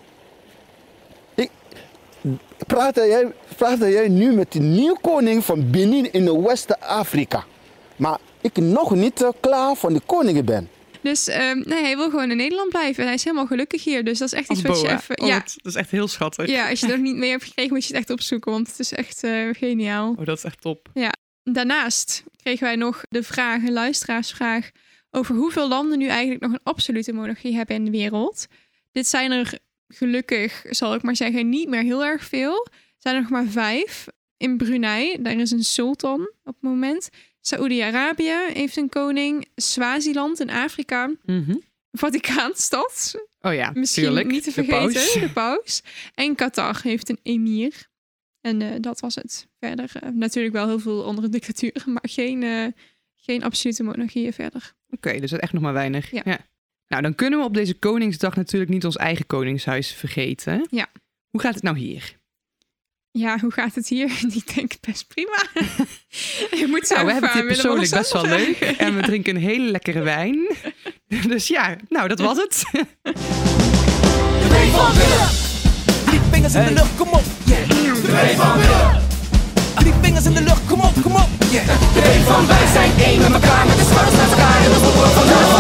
Ik, praat, jij, praat jij nu met de nieuwe koning van Benin in West-Afrika. Maar ik nog niet uh, klaar van de koning ben. Dus um, nee, hij wil gewoon in Nederland blijven. En hij is helemaal gelukkig hier. Dus dat is echt Als iets wat je boa. even... Oh, ja. dat, dat is echt heel schattig. ja, als je het nog niet mee hebt gekregen, moet je het echt opzoeken. Want het is echt uh, geniaal. Oh, dat is echt top. Daarnaast kregen wij nog de vraag, een luisteraarsvraag, over hoeveel landen nu eigenlijk nog een absolute monarchie hebben in de wereld. Dit zijn er gelukkig, zal ik maar zeggen, niet meer heel erg veel. Er zijn er nog maar vijf. In Brunei, daar is een sultan op het moment. Saoedi-Arabië heeft een koning. Swaziland in Afrika. Mm-hmm. Vaticaanstad, Oh ja, misschien tuurlijk. niet te De vergeten, paus. de paus. En Qatar heeft een emir. En uh, dat was het. Verder uh, natuurlijk wel heel veel andere dictaturen, maar geen, uh, geen absolute monarchieën verder. Oké, okay, dus dat is echt nog maar weinig. Ja. Ja. Nou, dan kunnen we op deze Koningsdag natuurlijk niet ons eigen koningshuis vergeten. Ja. Hoe gaat het nou hier? Ja, hoe gaat het hier? Ik denk best prima. Je moet zo Nou, we hebben het hier persoonlijk best wel leuk. vragen. En we drinken een hele lekkere wijn. Dus ja, nou, dat was het. De wee van Willem. Drie vingers in de lucht, kom op. Yeah. De wee van Willem. Drie vingers in de lucht, kom op, kom op. Yeah. De wee van wij zijn één met elkaar, met de schouders naar elkaar en de voetbal van de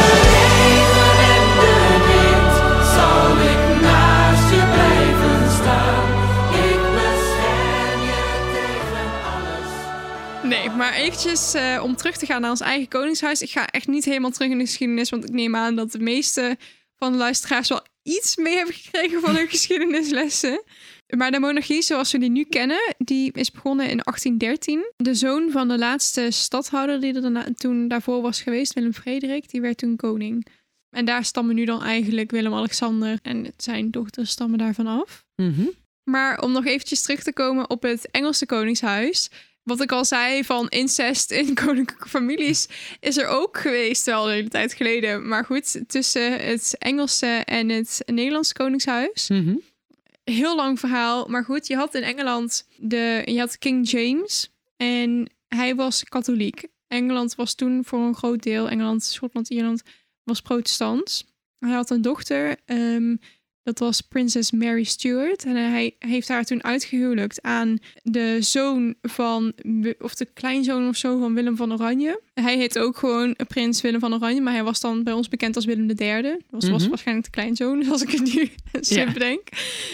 regen en de wind zal ik naast je blijven staan. Ik bescherm je tegen alles. Nee, maar eventjes uh, om terug te gaan naar ons eigen koningshuis. Ik ga echt niet helemaal terug in de geschiedenis, want ik neem aan dat de meeste van de luisteraars wel iets mee hebben gekregen van hun geschiedenislessen. Maar de monarchie zoals we die nu kennen, die is begonnen in achttien dertien. De zoon van de laatste stadhouder die er daarna, toen daarvoor was geweest, Willem Frederik, die werd toen koning. En daar stammen nu dan eigenlijk Willem-Alexander en zijn dochters stammen daarvan af. Mm-hmm. Maar om nog eventjes terug te komen op het Engelse koningshuis. Wat ik al zei van incest in koninklijke families is er ook geweest, wel een hele tijd geleden. Maar goed, tussen het Engelse en het Nederlandse koningshuis. Mm-hmm. Heel lang verhaal, maar goed, je had in Engeland de, je had King James en hij was katholiek. Engeland was toen voor een groot deel, Engeland, Schotland, Ierland, was protestants. Hij had een dochter, um, dat was prinses Mary Stuart. En hij heeft haar toen uitgehuwelijkt aan de zoon van, of de kleinzoon of zo van Willem van Oranje. Hij heet ook gewoon prins Willem van Oranje, maar hij was dan bij ons bekend als Willem de Derde. Dat was, mm-hmm. was waarschijnlijk de kleinzoon, als ik het nu slim yeah. bedenk.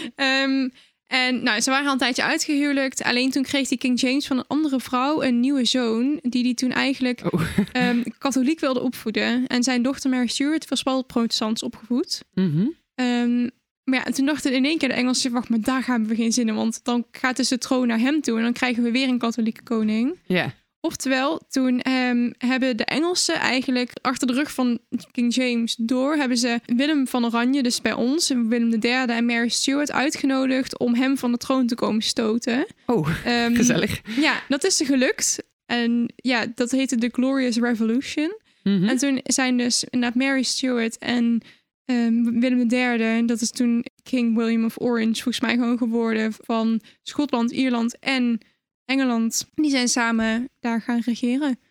Um, en nou, ze waren al een tijdje uitgehuwelijkt. Alleen toen kreeg die King James van een andere vrouw een nieuwe zoon, die die toen eigenlijk oh. um, katholiek wilde opvoeden. En zijn dochter Mary Stuart was wel protestants opgevoed. Mm-hmm. Um, maar ja, toen dachten in één keer de Engelsen, wacht, maar daar hebben we geen zin in. Want dan gaat dus de troon naar hem toe en dan krijgen we weer een katholieke koning. Ja. Yeah. Oftewel, toen um, hebben de Engelsen eigenlijk achter de rug van King James door, hebben ze Willem van Oranje, dus bij ons, Willem de Derde en Mary Stuart uitgenodigd om hem van de troon te komen stoten. Oh, um, gezellig. Ja, dat is er gelukt. En ja, dat heette de Glorious Revolution. Mm-hmm. En toen zijn dus inderdaad Mary Stuart en Um, Willem de Derde, dat is toen King William of Orange, volgens mij gewoon geworden van Schotland, Ierland en Engeland. Die zijn samen daar gaan regeren.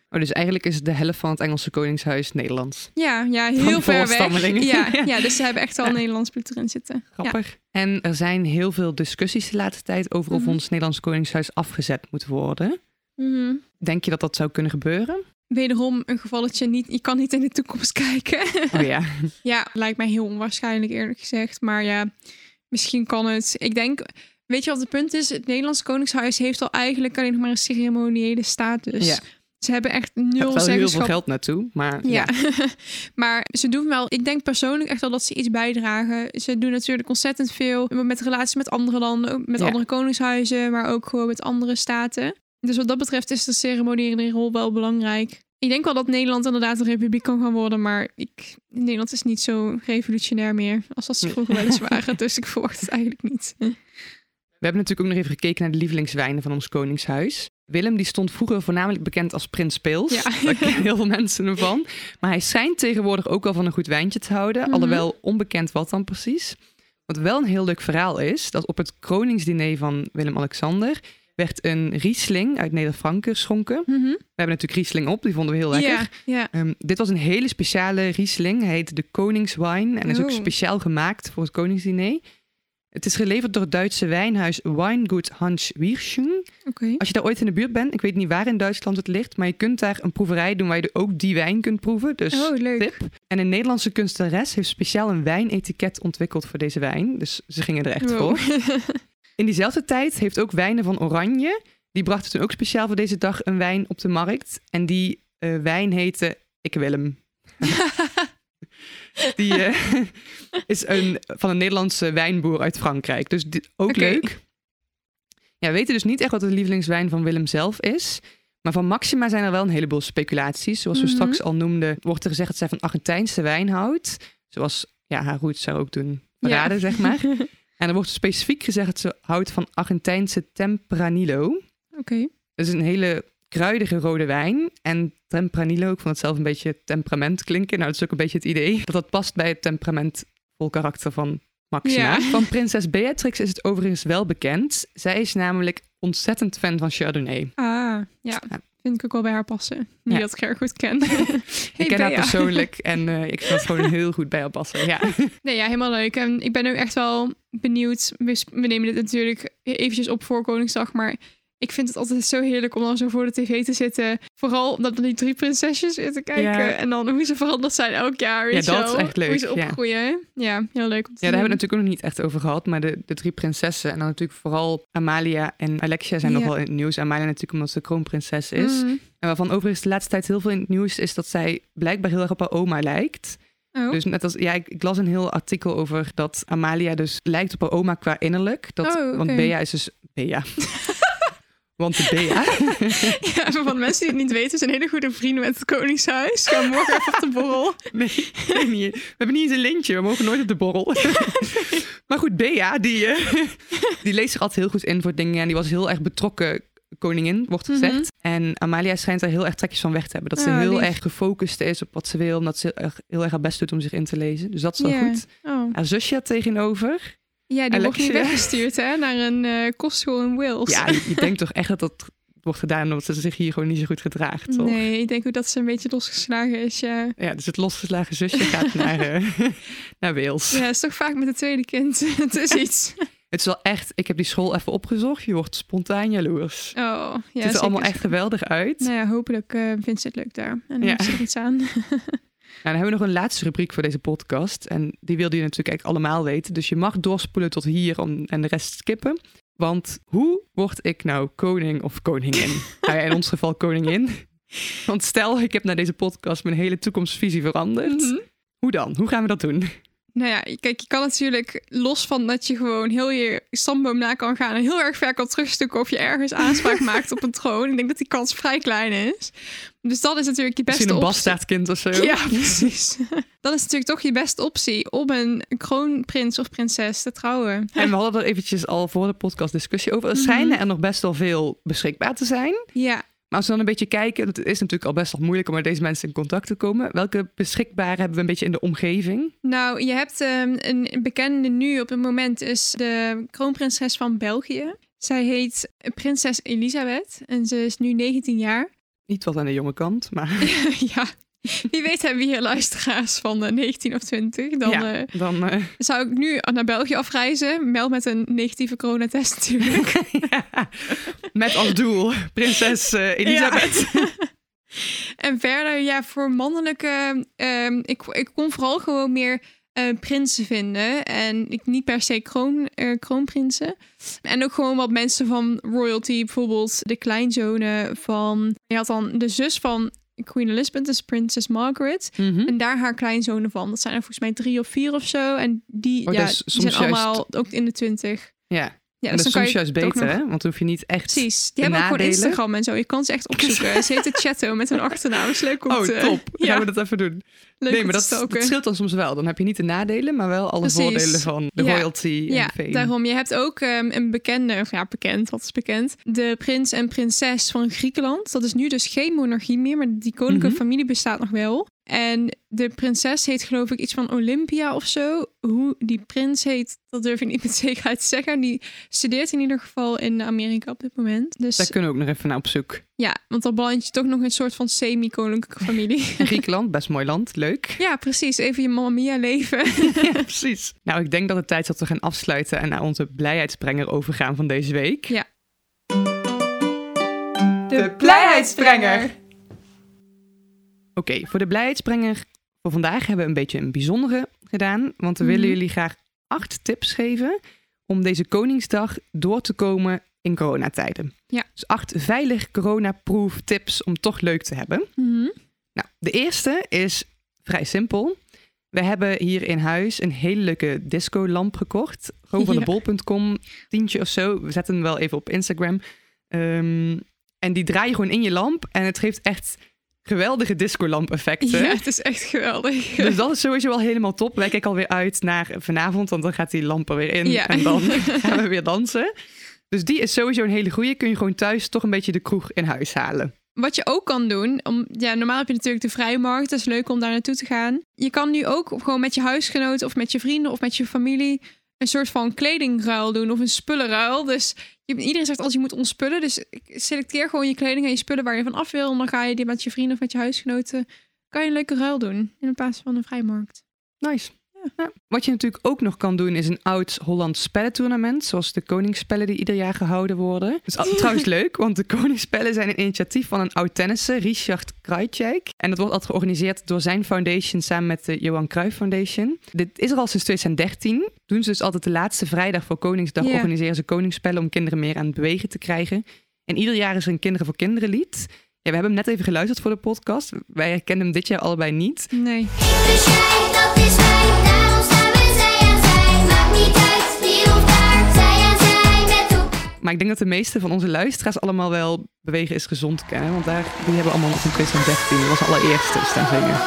Oh, dus eigenlijk is de helft van het Engelse koningshuis Nederlands. Ja, ja heel Van ver weg. volstammelingen. Ja, Ja. ja, dus ze hebben echt al Ja. Nederlands bloed erin zitten. Grappig. En er zijn heel veel discussies de laatste tijd over of Mhm. ons Nederlands koningshuis afgezet moet worden. Ja. Mhm. Denk je dat dat zou kunnen gebeuren? Wederom een gevalletje, niet, je kan niet in de toekomst kijken. Oh ja. Ja, lijkt mij heel onwaarschijnlijk eerlijk gezegd. Maar ja, misschien kan het. Ik denk, weet je wat het punt is? Het Nederlandse Koningshuis heeft al eigenlijk alleen nog maar een ceremoniële status. Ja. Ze hebben echt Er nul gaat wel heel veel zeggenschap. geld naartoe, maar ja. Ja, maar ze doen wel. Ik denk persoonlijk echt wel dat ze iets bijdragen. Ze doen natuurlijk ontzettend veel met relaties met andere landen, ook met Ja. andere koningshuizen, maar ook gewoon met andere staten. Dus wat dat betreft is de ceremoniële rol wel belangrijk. Ik denk wel dat Nederland inderdaad een republiek kan gaan worden, maar ik, Nederland is niet zo revolutionair meer als dat ze vroeger wel eens waren. Dus ik verwacht het eigenlijk niet. We hebben natuurlijk ook nog even gekeken naar de lievelingswijnen van ons koningshuis. Willem die stond vroeger voornamelijk bekend als Prins Pils. Ja. Daar kennen heel veel mensen hem van. Maar hij schijnt tegenwoordig ook wel van een goed wijntje te houden. Mhm. Alhoewel onbekend wat dan precies. Wat wel een heel leuk verhaal is, dat op het kroningsdiner van Willem-Alexander werd een Riesling uit Neder-Franken geschonken. Mhm. We hebben natuurlijk Riesling op, die vonden we heel lekker. Ja, ja. Ehm, dit was een hele speciale Riesling. Hij heet de Koningswijn en is ook Oh. speciaal gemaakt voor het koningsdiner. Het is geleverd door het Duitse wijnhuis Weingut Hans Wierschung. Oké. Als je daar ooit in de buurt bent, ik weet niet waar in Duitsland het ligt, maar je kunt daar een proeverij doen waar je ook die wijn kunt proeven. Dus Oh, leuk. tip. En een Nederlandse kunstenares heeft speciaal een wijnetiket ontwikkeld voor deze wijn. Dus ze gingen er echt Wow. voor. In diezelfde tijd heeft ook Wijnen van Oranje, die brachten toen ook speciaal voor deze dag een wijn op de markt. En die eh, wijn heette Ik Willem. Die eh, is een, van een Nederlandse wijnboer uit Frankrijk. Dus dit, ook Oké. leuk. Ja, we weten dus niet echt wat de lievelingswijn van Willem zelf is. Maar van Maxima zijn er wel een heleboel speculaties. Zoals we Mhm. straks al noemden, wordt er gezegd dat zij van Argentijnse wijn houdt. Zoals ja, haar roots zou ook doen verraden, zeg maar. En er wordt specifiek gezegd dat ze houdt van Argentijnse Tempranillo. Oké. Dat is een hele kruidige rode wijn. En Tempranillo, ik vond het zelf een beetje temperament klinken. Nou, dat is ook een beetje het idee dat dat past bij het temperamentvol karakter van Maxima. Ja. Van prinses Beatrix is het overigens wel bekend. Zij is namelijk ontzettend fan van Chardonnay. Ah, ja. Ja. Vind ik ook wel bij haar passen. Niet Ja. dat ik haar goed ken. Hey, ik ken haar Bea. persoonlijk en uh, ik vind het gewoon heel goed bij haar passen. Ja. Nee, ja, helemaal leuk. En ik ben ook echt wel benieuwd. We, sp- we nemen dit natuurlijk eventjes op voor Koningsdag, maar ik vind het altijd zo heerlijk om dan zo voor de tv te zitten. Vooral omdat we die drie prinsesjes zitten kijken. Ja. En dan hoe ze veranderd zijn elk jaar. Weet Ja, je dat is wel. echt leuk, Hoe ze ja. opgroeien. Ja, heel leuk om te Ja, daar hebben we zien. het natuurlijk ook nog niet echt over gehad. Maar de, de drie prinsessen en dan natuurlijk vooral Amalia en Alexia zijn Ja. nog wel in het nieuws. Amalia natuurlijk omdat ze kroonprinses is. Mm. En waarvan overigens de laatste tijd heel veel in het nieuws is dat zij blijkbaar heel erg op haar oma lijkt. Oh. Dus net als, ja, ik, ik las een heel artikel over dat Amalia dus lijkt op haar oma qua innerlijk. Dat, Oh, oké. Want Bea is dus... Bea. Want de Bea... Ja, even van mensen die het niet weten, zijn hele goede vrienden met het Koningshuis. Gaan morgen even op de borrel. Nee, nee, niet. We hebben niet eens een lintje. We mogen nooit op de borrel. Maar goed, Bea, die, uh, die leest zich altijd heel goed in voor dingen. En die was heel erg betrokken koningin, wordt gezegd. Mhm. En Amalia schijnt er heel erg trekjes van weg te hebben. Dat ze Ah, heel lief. erg gefocust is op wat ze wil. Omdat ze er heel erg haar best doet om zich in te lezen. Dus dat is wel Ja. goed. Oh. Haar zusje tegenover. Ja, die wordt nu Alexia. weggestuurd hè, naar een eh kostschool in Wales. Ja, je, je denkt toch echt dat dat wordt gedaan omdat ze zich hier gewoon niet zo goed gedraagt, toch? Nee, ik denk ook dat ze een beetje losgeslagen is, ja. Ja, dus het losgeslagen zusje gaat naar, uh, naar Wales. Ja, het is toch vaak met het tweede kind. Het is iets. Het is wel echt, ik heb die school even opgezocht. Je wordt spontaan jaloers. Oh, ja, het ziet er zeker. allemaal echt geweldig uit. Nou ja, hopelijk uh, vindt ze het leuk daar. En dan Ja. heeft ze er iets aan. Nou, dan hebben we nog een laatste rubriek voor deze podcast. En die wilde je natuurlijk eigenlijk allemaal weten. Dus je mag doorspoelen tot hier om, en de rest skippen. Want hoe word ik nou koning of koningin? Nou ja, in ons geval koningin. Want stel, ik heb na deze podcast mijn hele toekomstvisie veranderd. Mhm. Hoe dan? Hoe gaan we dat doen? Nou ja, kijk, je kan natuurlijk los van dat je gewoon heel je stamboom na kan gaan en heel erg ver kan terugstukken of je ergens aanspraak maakt op een troon. Ik denk dat die kans vrij klein is. Dus dat is natuurlijk je beste Misschien een optie. bastaardkind of zo. Ja, precies. Dat is natuurlijk toch je beste optie om een kroonprins of prinses te trouwen. En we hadden er eventjes al voor de podcast discussie over. Er Mhm. schijnen er nog best wel veel beschikbaar te zijn. Ja. Maar als we dan een beetje kijken, het is natuurlijk al best wel moeilijk om met deze mensen in contact te komen. Welke beschikbaar hebben we een beetje in de omgeving? Nou, je hebt um, een bekende nu op het moment is de kroonprinses van België. Zij heet prinses Elisabeth en ze is nu negentien jaar. Niet wat aan de jonge kant, maar... ja, wie weet hebben we hier luisteraars van uh, negentien of twintig. Dan, ja, uh, dan uh... zou ik nu naar België afreizen. Meld met een negatieve coronatest natuurlijk. ja, met als doel prinses uh, Elisabeth. Ja. En verder, ja, voor mannelijke... Uh, ik, ik kon vooral gewoon meer uh, prinsen vinden. En ik niet per se kroon, uh, kroonprinsen. En ook gewoon wat mensen van royalty. Bijvoorbeeld de kleinzonen van... Je had dan de zus van Queen Elizabeth, dus Prinses Margaret. Mm-hmm. En daar haar kleinzonen van. Dat zijn er volgens mij drie of vier of zo. En die, oh, ja, dus die zijn juist... allemaal ook in de twintig. Ja. Ja, en dus dat dan is soms juist beter, nog... hè? Want dan hoef je niet echt Precies, die hebben ook gewoon Instagram en zo. Je kan ze echt opzoeken. Ze heet het Chatto met een achternaam. Is leuk om oh, te... top. Ja. Gaan we dat even doen. Leuk nee, maar dat, dat scheelt dan soms wel. Dan heb je niet de nadelen, maar wel alle Precies. voordelen van de ja. royalty en ja, fame. Daarom. Je hebt ook um, een bekende, of ja, bekend, wat is bekend? De prins en prinses van Griekenland. Dat is nu dus geen monarchie meer, maar die koninklijke Mm-hmm. familie bestaat nog wel. En de prinses heet geloof ik iets van Olympia of zo. Hoe die prins heet, dat durf ik niet met zekerheid te zeggen. Die studeert in ieder geval in Amerika op dit moment. Dus daar kunnen we ook nog even naar op zoek. ja, want dan beland je toch nog een soort van semi-koninklijke familie. En Griekenland, best mooi land, leuk. Ja, precies. Even je Mamma Mia leven. ja, precies. Nou, ik denk dat het tijd is dat we gaan afsluiten en naar onze blijheidsbrenger overgaan van deze week. Ja. De blijheidsbrenger! Oké, okay, voor de blijheidsbrenger voor vandaag hebben we een beetje een bijzondere gedaan. Want we mm-hmm. willen jullie graag acht tips geven om deze Koningsdag door te komen in coronatijden. Ja. Dus acht veilig coronaproof tips om toch leuk te hebben. Mm-hmm. Nou, de eerste is vrij simpel. We hebben hier in huis een hele leuke discolamp gekocht. Gewoon van ja. de bol punt com, tientje of zo. We zetten hem wel even op Instagram. Um, en die draai je gewoon in je lamp en het geeft echt... geweldige discolamp-effecten. Ja, het is echt geweldig. Dus dat is sowieso al helemaal top. Wij kijken alweer uit naar vanavond, want dan gaat die lamp er weer in. Ja. En dan gaan we weer dansen. Dus die is sowieso een hele goeie. Kun je gewoon thuis toch een beetje de kroeg in huis halen. Wat je ook kan doen, om, ja, normaal heb je natuurlijk de Vrijmarkt. Dat is leuk om daar naartoe te gaan. Je kan nu ook gewoon met je huisgenoten of met je vrienden of met je familie een soort van kledingruil doen of een spullenruil. Dus je, iedereen zegt als je moet ontspullen. Dus selecteer gewoon je kleding en je spullen waar je van af wil. En dan ga je die met je vrienden of met je huisgenoten. Kan je een leuke ruil doen in plaats van een vrijmarkt. Nice. Ja. Ja. Wat je natuurlijk ook nog kan doen is een oud Hollands spellentournament. Zoals de Koningsspellen die ieder jaar gehouden worden. Dus oh, trouwens leuk, want de Koningsspellen zijn een initiatief van een oud tennisser, Richard Krajicek. En dat wordt altijd georganiseerd door zijn foundation samen met de Johan Cruijff Foundation. Dit is er al sinds twintig dertien. Doen ze dus altijd de laatste vrijdag voor Koningsdag yeah. organiseren ze Koningsspellen om kinderen meer aan het bewegen te krijgen. En ieder jaar is er een Kinderen voor Kinderen lied. Ja, we hebben hem net even geluisterd voor de podcast. Wij herkennen hem dit jaar allebei niet. Nee. Ik dus jij, dat is wij, daarom staan we zij aan zij. Maakt niet uit, hier of daar, zij aan zij met elkaar. Maar ik denk dat de meeste van onze luisteraars allemaal wel Bewegen is Gezond kennen. Want daar, die hebben allemaal nog in twintig dertien. Dat was de allereerste staan zingen.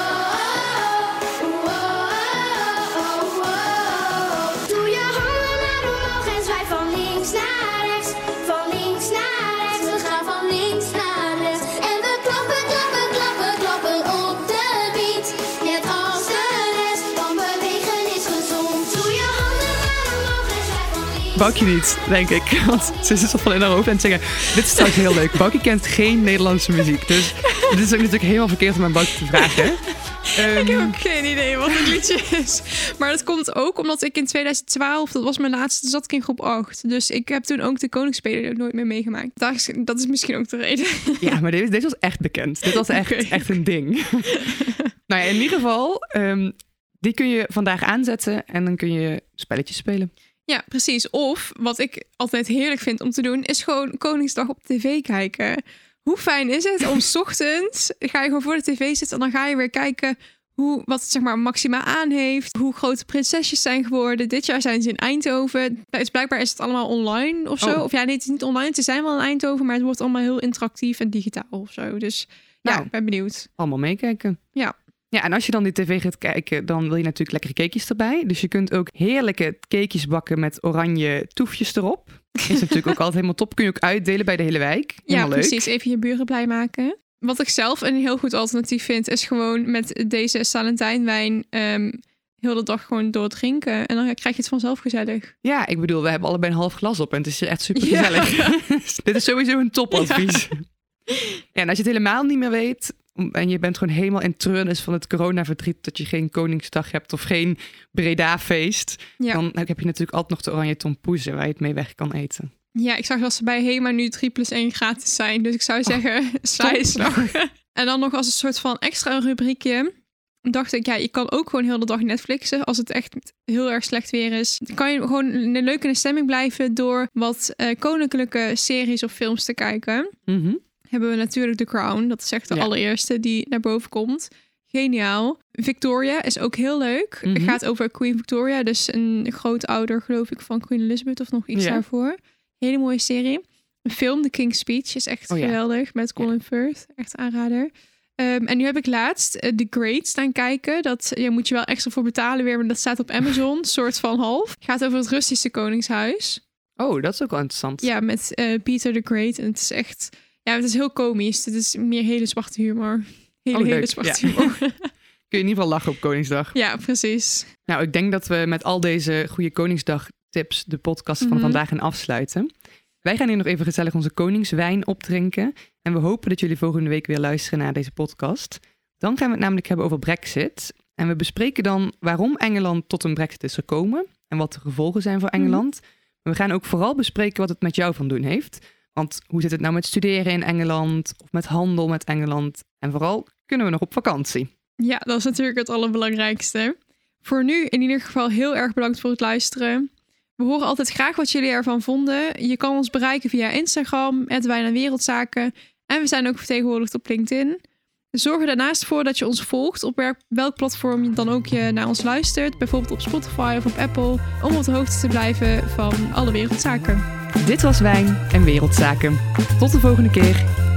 Doe je handen maar omhoog en zwaai van links naar rechts. Van links naar rechts, we gaan van links naar rechts. En we klappen, klappen, klappen, klappen op de beat. Net als de rest, want bewegen is gezond. Doe je handen maar omhoog en zwaai van links. Boukje niet, denk ik. Want ze is al in haar hoofd en te zeggen... Dit is trouwens heel leuk. Boukje kent geen Nederlandse muziek. Dus het is ook natuurlijk helemaal verkeerd om aan Boukje te vragen. Um, ik heb ook geen idee wat het liedje is. Maar dat komt ook omdat ik in twintig twaalf, dat was mijn laatste, zat ik in groep acht. Dus ik heb toen ook de Koningsspelen nooit meer meegemaakt. Dat is, dat is misschien ook de reden. Ja, maar deze, deze was echt bekend. Dit was echt, okay. echt een ding. Nou ja, in ieder geval, um, die kun je vandaag aanzetten en dan kun je spelletjes spelen. Ja, precies. Of, wat ik altijd heerlijk vind om te doen, is gewoon Koningsdag op tv kijken. Hoe fijn is het om 's ochtends, ga je gewoon voor de tv zitten en dan ga je weer kijken hoe, wat het zeg maar Maxima aan heeft, hoe grote prinsesjes zijn geworden. Dit jaar zijn ze in Eindhoven. Dus blijkbaar is het allemaal online of zo. Oh. Of ja, nee, het is niet online. Ze zijn wel in Eindhoven, maar het wordt allemaal heel interactief en digitaal of zo. Dus ja, nou, ik ben benieuwd. Allemaal meekijken. Ja. Ja, en als je dan die tv gaat kijken, dan wil je natuurlijk lekkere cakejes erbij. Dus je kunt ook heerlijke cakejes bakken met oranje toefjes erop. Is natuurlijk ook altijd helemaal top. Kun je ook uitdelen bij de hele wijk. Helemaal ja, leuk. Precies. Even je buren blij maken. Wat ik zelf een heel goed alternatief vind, is gewoon met deze Salentijnwijn um, heel de dag gewoon doordrinken. En dan krijg je het vanzelf gezellig. Ja, ik bedoel, we hebben allebei een half glas op en het is hier echt super gezellig. Ja. Dit is sowieso een topadvies. Ja. Ja, en als je het helemaal niet meer weet en je bent gewoon helemaal in treurnis van het coronaverdriet dat je geen Koningsdag hebt of geen Breda-feest, Ja. dan heb je natuurlijk altijd nog de oranje tompoezen waar je het mee weg kan eten. Ja, ik zag dat ze bij Hema nu drie plus één gratis zijn. Dus ik zou zeggen, sla je slag. En dan nog als een soort van extra rubriekje dacht ik, ja, je kan ook gewoon heel de dag Netflixen als het echt heel erg slecht weer is. Dan kan je gewoon een leuke in de stemming blijven door wat uh, koninklijke series of films te kijken. Mm-hmm. Hebben we natuurlijk The Crown. Dat is echt de Ja. allereerste die naar boven komt. Geniaal. Victoria is ook heel leuk. Mm-hmm. Het gaat over Queen Victoria. Dus een grootouder, geloof ik, van Queen Elizabeth of nog iets Ja. daarvoor. Hele mooie serie. Een film, The King's Speech, is echt Oh ja. geweldig. Met Colin Firth. Echt aanrader. Um, en nu heb ik laatst uh, The Great staan kijken. Dat ja, moet je wel extra voor betalen weer. Maar dat staat op Amazon. soort van half. Gaat over het Russische koningshuis. Oh, dat is ook wel interessant. Ja, met uh, Peter the Great. En het is echt... Ja, het is heel komisch. Het is meer hele zwarte humor. Hele, Oh, hele leuk. zwarte Ja. humor. Kun je in ieder geval lachen op Koningsdag. Ja, precies. Nou, ik denk dat we met al deze goede Koningsdag tips de podcast van Mhm. vandaag gaan afsluiten. Wij gaan hier nog even gezellig onze koningswijn opdrinken. En we hopen dat jullie volgende week weer luisteren naar deze podcast. Dan gaan we het namelijk hebben over Brexit. En we bespreken dan waarom Engeland tot een Brexit is gekomen. En wat de gevolgen zijn voor Engeland. Maar we gaan ook vooral bespreken wat het met jou van doen heeft. Want hoe zit het nou met studeren in Engeland? Of met handel met Engeland? En vooral, kunnen we nog op vakantie? Ja, dat is natuurlijk het allerbelangrijkste. Voor nu in ieder geval heel erg bedankt voor het luisteren. We horen altijd graag wat jullie ervan vonden. Je kan ons bereiken via Instagram, at Wijn en Wereldzaken. En we zijn ook vertegenwoordigd op LinkedIn. Zorg er daarnaast voor dat je ons volgt op welk platform je dan ook je naar ons luistert. Bijvoorbeeld op Spotify of op Apple. Om op de hoogte te blijven van alle wereldzaken. Dit was Wijn en Wereldzaken. Tot de volgende keer.